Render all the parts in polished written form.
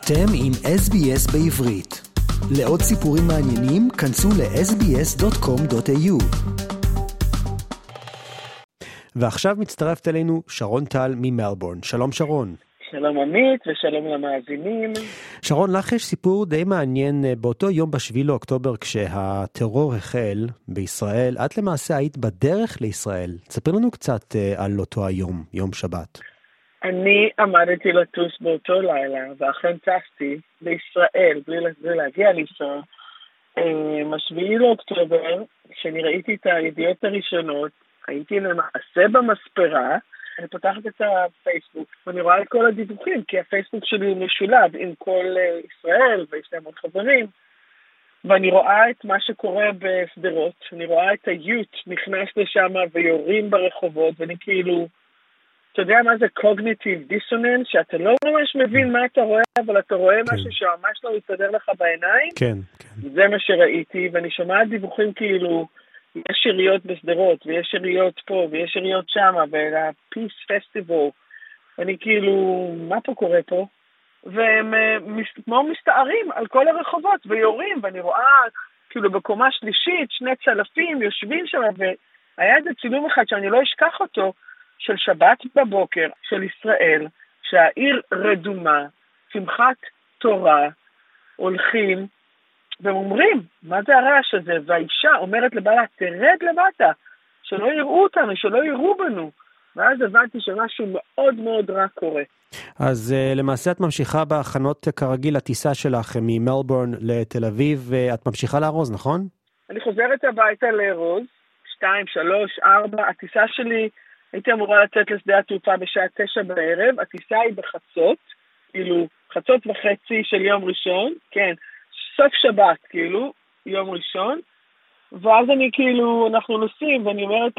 אתם עם SBS בעברית. לעוד סיפורים מעניינים, כנסו ל-sbs.com.au. ועכשיו מצטרפת אלינו שרון טל ממלבורן. שלום שרון. שלום עמית ושלום למאזינים. שרון, לך יש סיפור די מעניין. באותו יום ב7 לאוקטובר כשהטרור החל בישראל, את למעשה היית בדרך לישראל. תספר לנו קצת על אותו היום, יום שבת. אני עמדתי לטוס באותו לילה, ואכן טסתי בישראל, בלי להגיע לישראל. ב7 לאוקטובר, כשאני ראיתי את הידיעות הראשונות, הייתי למעשה במספרה, אני פותחת את הפייסבוק, ואני רואה את כל הדיווחים, כי הפייסבוק שלי הוא משולב עם כל ישראל, ויש להם עוד חברים, ואני רואה את מה שקורה בסדרות, אני רואה את היוט נכנס לשם ויורים ברחובות, ואני כאילו, אתה יודע מה זה cognitive dissonance, שאתה לא ממש מבין מה אתה רואה, אבל אתה רואה משהו שממש לא יסתדר לך בעיניים? כן, כן. זה מה שראיתי, ואני שומעת דיווחים כאילו, יש יריות בסדרות, ויש יריות פה, ויש יריות שם, וה-Peace Festival, ואני כאילו, מה פה קורה פה? והם כמו מסתערים על כל הרחובות, ויורים, ואני רואה כאילו בקומה שלישית, שני צלפים יושבים שם, והיה איזה צילום אחד שאני לא אשכח אותו, של שבת בבוקר של ישראל, שהעיר רדומה, שמחת תורה, הולכים, והם אומרים, מה זה הרעש הזה? והאישה אומרת לבעלה, תרד למטה, שלא יראו אותנו, שלא יראו בנו. ואז הבנתי שמשהו מאוד מאוד רע קורה. אז למעשה את ממשיכה בהכנות כרגיל הטיסה שלך ממלבורן לתל אביב, ואת ממשיכה לארוז, נכון? אני חוזרת הביתה לארוז, 2, 3, 4, הטיסה שלי, הייתי אמורה לצאת לשדה התעופה בשעה 9 בערב, הטיסה היא בחצות, כאילו חצות וחצי של יום ראשון, כן, סוף שבת כאילו, יום ראשון, ואז אני כאילו, אנחנו נוסעים, ואני אומרת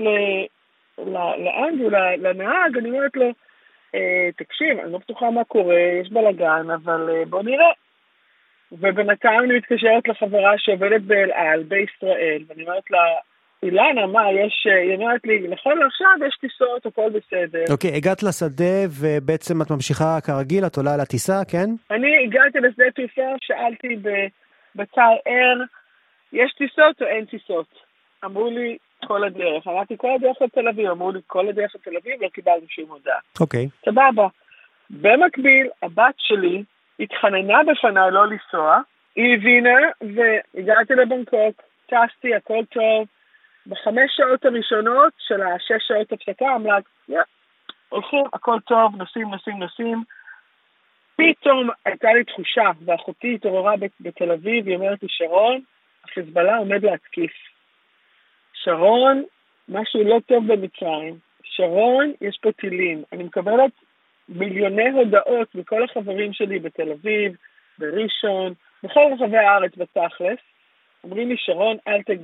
לאנדרו, לנהג, אני אומרת לו, תקשיב, אני לא בטוחה מה קורה, יש בלגן, אבל בוא נראה. ובינתיים אני מתקשרת לחברה שעובדת באל על, בישראל, ואני אומרת לה, אילנה, מה, היא אומרת לי, נכון עכשיו יש טיסות, הכל בסדר. אוקיי, הגעת לשדה ובעצם את ממשיכה כרגיל, את עולה על הטיסה, כן? אני הגעתי לשדה תעופה, שאלתי בצער ער, יש טיסות או אין טיסות? אמרו לי, כל הדרך. אמרתי, כל הדרך לתל אביב. אמרו לי, כל הדרך לתל אביב, לא קיבלנו שום הודעה. אוקיי. סבבה. במקביל, הבת שלי התחננה בפניי לא לנסוע, היא הבינה, והגעתי לבנקוק, טסתי, הכל טוב, ב5 שעות הראשונות של 6 שעות הפסקה, אמרת, הולכים, הכל טוב, נוסעים. פתאום הייתה לי תחושה, ואחותי התעוררה בתל אביב, היא אומרת לי, שרון, החיזבאללה עומד להתקיף. שרון, משהו לא טוב במצרים. שרון, יש פה טילים. אני מקבלת מיליוני הודעות מכל החברים שלי בתל אביב, בראשון, בכל רחבי הארץ בתכלס. אומרים לי, שרון,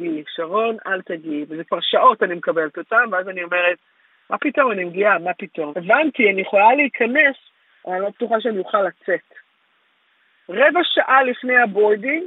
אל תגיעי. וזה כבר שעות אני מקבלת אותם, ואז אני אומרת, מה פתאום אני מגיעה? מה פתאום? הבנתי, אני יכולה להיכנס, אבל אני לא בטוחה שאני אוכל לצאת. רבע שעה לפני הבורדינג,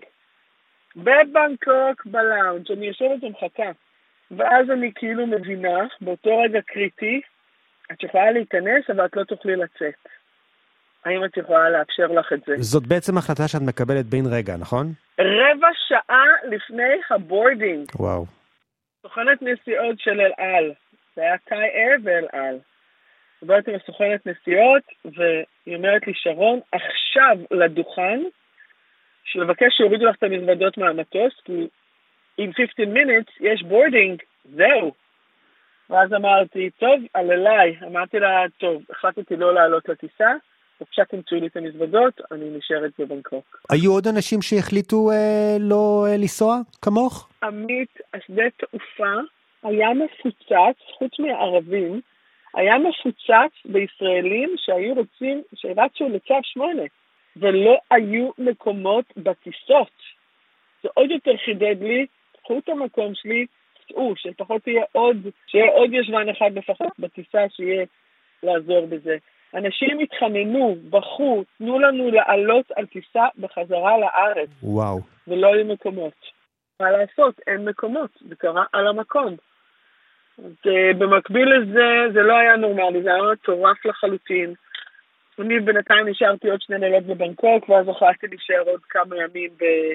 בבנקוק בלאונג' אני יושבת ומחכה. ואז אני כאילו מבינה, באותו רגע קריטי, את יכולה להיכנס, אבל את לא תוכלי לצאת. האם את יכולה לאפשר לך את זה? זאת בעצם החלטה שאת מקבלת בין רגע, נכון? רבע שעה לפני הבורדינג. וואו. סוכנת נסיעות של אל על. זה היה טאי אייר ואל על. דיברתי עם סוכנת נסיעות, והיא אומרת לי, שרון, עכשיו לדוכן, שלבקש שיורידו לך את המזוודות מהמטוס, כי in 15 minutes יש בורדינג, זהו. ואז אמרתי, טוב, עליי. אמרתי לה, טוב, החלטתי לא לעלות לטיסה, בבקשה תמצאו לי את המזוודות, אני נשארת בבנקוק. היו עוד אנשים שהחליטו לא לנסוע כמוך? עמית, השדה תעופה היה מפוצץ, חוץ מהערבים, היה מפוצץ בישראלים שהיו רוצים, שרצו לצו 8, ולא היו מקומות בטיסות. זה עוד יותר חידד לי, קחו את המקום שלי, צאו, שפחות שיהיה עוד ישבן אחד לפחות בטיסה שיהיה לעזור בזה. אנשים התחננו, בכו, תנו לנו לעלות על טיסה בחזרה לארץ. וואו. ולא היו מקומות. מה לעשות? אין מקומות. זה קרה על המקום. במקביל לזה, זה לא היה נורמלי, זה היה מטורף לחלוטין. אני בינתיים נשארתי עוד 2 לילות בבנקוק, ואז החלטתי להישאר עוד כמה ימים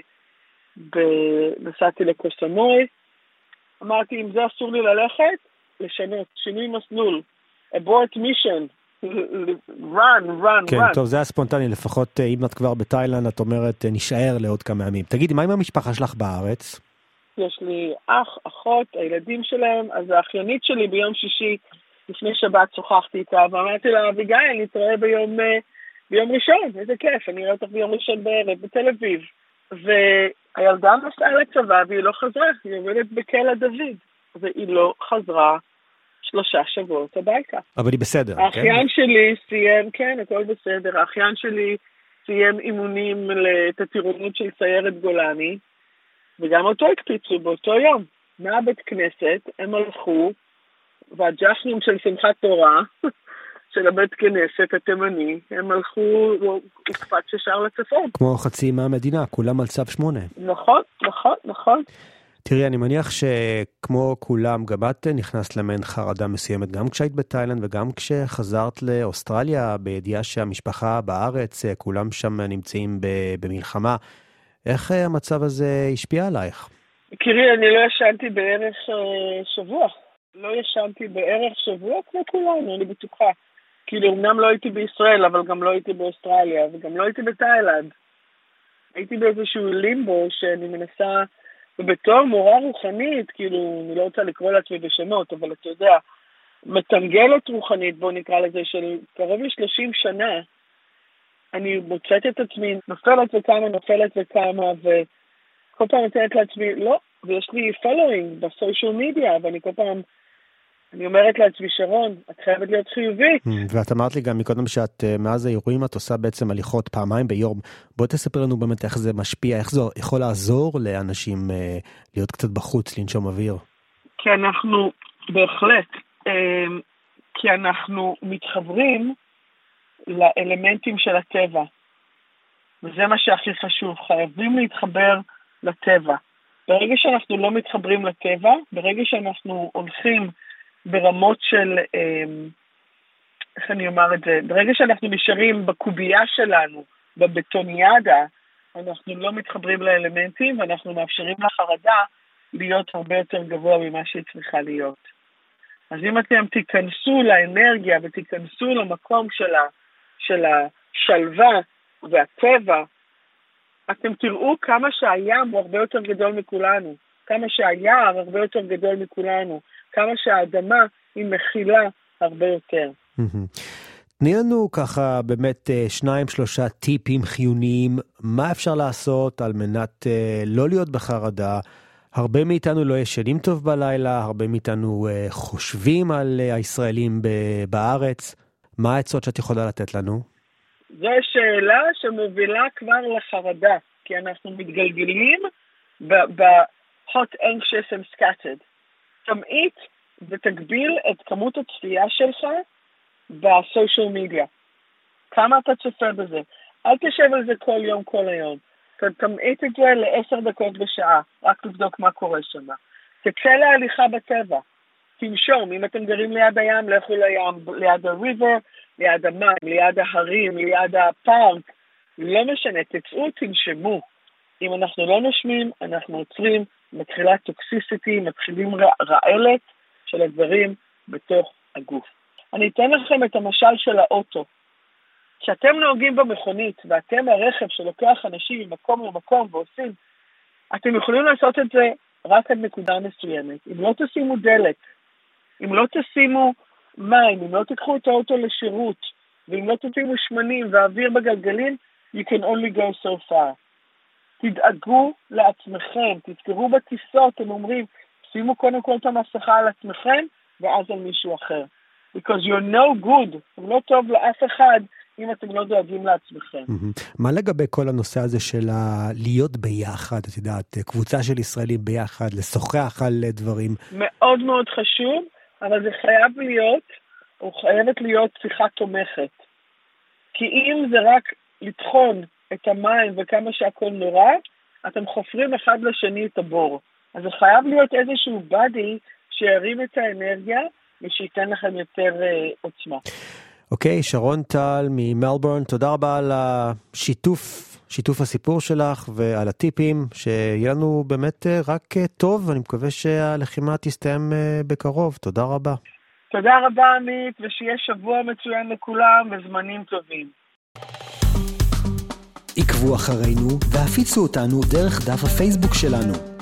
נסעתי לקוסמוי. אמרתי, אם זה אסור לי ללכת, לשנות, שינוי מסלול, abort mission, run. כן, טוב, זה הספונטני, לפחות אם את כבר בתאילנד, את אומרת, נשאר לעוד כמה ימים. תגידי, מה עם המשפחה שלך בארץ? יש לי אח, אחות, הילדים שלהם, אז האחיינית שלי ביום שישי, לפני שבת שוחחתי איתה, ואמרתי לה, אביגיל, נתראה ביום ראשון, איזה כיף, אני אראה אותך ביום ראשון בערב, בתל אביב. והילדה נסעה לצבא, והיא לא חזרה, היא עובדת בכלא דוד, והיא לא חזרה 3 שבועות הביתה. אבל היא בסדר, כן? האחיין שלי סיים, כן, הכל בסדר, האחיין שלי סיים אימונים לתטירונות של סיירת גולני, וגם אותו הקפיצו באותו יום. מהבית כנסת הם הלכו, והג'חנים של שמחת תורה, של הבית כנסת התימני, הם הלכו, הוא קפץ ישר לצפון. כמו חצי מהמדינה, כולם על צו 8. נכון. תראי, אני מניח שכמו כולם, גם את נכנסת למעין חרדה מסוימת, גם כשהיית בתאילנד וגם כשחזרת לאוסטרליה, בידיעה שהמשפחה בארץ, כולם שם נמצאים במלחמה. איך המצב הזה השפיע עלייך? קרי, אני לא ישנתי בערך שבוע. כמו כולנו, אני בטוחה. כאילו, אמנם לא הייתי בישראל, אבל גם לא הייתי באוסטרליה, וגם לא הייתי בתאילנד. הייתי באיזשהו לימבו שאני מנסה, ובתור מורה רוחנית, כאילו, אני לא רוצה לקרוא לעצמי בשמות, אבל אתה יודע, מתנגלת רוחנית, בוא נקרא לזה, של קרוב ל-30 שנה, אני מוצאת את עצמי, נופלת וכמה, וכל פעם נותנת לעצמי, לא, ויש לי following בסושיאל מדיה, ואני כל פעם, אני אומרת לעצמי, שרון, את חייבת להיות חיובית. ואת אמרת לי גם מקודם שאת מאז האירועים את עושה בעצם הליכות פעמיים ביום. בוא תספר לנו באמת איך זה משפיע, איך זה יכול לעזור לאנשים להיות קצת בחוץ, לנשום אוויר. כי אנחנו, בהחלט, כי אנחנו מתחברים לאלמנטים של הטבע. וזה מה שהכי חשוב, חייבים להתחבר לטבע. ברגע שאנחנו לא מתחברים לטבע, ברגע שאנחנו הולכים ברמות של, איך אני אומר את זה, ברגע שאנחנו נשארים בקובייה שלנו, בבטוניאדה, אנחנו לא מתחברים לאלמנטים, ואנחנו מאפשרים לחרדה להיות הרבה יותר גבוה ממה שהיא צריכה להיות. אז אם אתם תיכנסו לאנרגיה ותיכנסו למקום של השלווה והטבע, אתם תראו כמה שהים הוא הרבה יותר גדול מכולנו, כמה שהיער הרבה יותר גדול מכולנו, כמה שהאדמה היא מכילה הרבה יותר. תני לנו ככה באמת 2-3 טיפים חיוניים, מה אפשר לעשות על מנת לא להיות בחרדה. הרבה מאיתנו לא ישנים טוב בלילה, הרבה מאיתנו חושבים על הישראלים בארץ. מה העצות שאת יכולה לתת לנו? זו שאלה שמובילה כבר לחרדה, כי אנחנו מתגלגלים ב-hot, anxious and scattered. תמעיט ותגביל את כמות הצפייה שלך בסושיאל מדיה. כמה אתה צופה בזה? אל תשב על זה כל היום. תמעיט את זה ל10 דקות בשעה, רק לבדוק מה קורה שם. תצא להליכה בטבע, תנשום, אם אתם גרים ליד הים, לכו לים, ליד הריבר, ליד המים, ליד ההרים, ליד הפארק, לא משנה, תצאו, תנשמו. אם אנחנו לא נושמים, אנחנו עוצרים, מתחילה טוקסיסיטי, מתחילים רעלת של הדברים בתוך הגוף. אני אתן לכם את המשל של האוטו. כשאתם נוהגים במכונית, ואתם הרכב שלוקח אנשים ממקום למקום ועושים, אתם יכולים לעשות את זה רק עד נקודה מסוימת. אם לא תשימו דלק, אם לא תשימו מים, אם לא תיקחו את האוטו לשירות, ואם לא תשימו שמנים ואוויר בגלגלים, you can only go so far. תדאגו לעצמכם, תזכרו בטיסות, הם אומרים, שימו קודם כל את המסכה על עצמכם, ואז על מישהו אחר. Because you're no good, הוא לא טוב לאף אחד, אם אתם לא דואגים לעצמכם. מה לגבי כל הנושא הזה של להיות ביחד, את יודעת, קבוצה של ישראלים ביחד, לשוחח על דברים? מאוד מאוד חשוב, אבל זה חייב להיות, או חייבת להיות שיחה תומכת. כי אם זה רק לטחון את המים וכמה שהכל נורא, אתם חופרים אחד לשני את הבור. אז זה חייב להיות איזשהו בדי שירים את האנרגיה, ושייתן לכם יותר עוצמה. אוקיי, שרון טל ממלבורן, תודה רבה על שיתוף הסיפור שלך ועל הטיפים, שיהיה לנו באמת רק טוב, ואני מקווה שהלחימה תסתיים בקרוב. תודה רבה. תודה רבה עמית, ושיהיה שבוע מצוין לכולם וזמנים טובים. עקבו אחרינו והפיצו אותנו דרך דף הפייסבוק שלנו.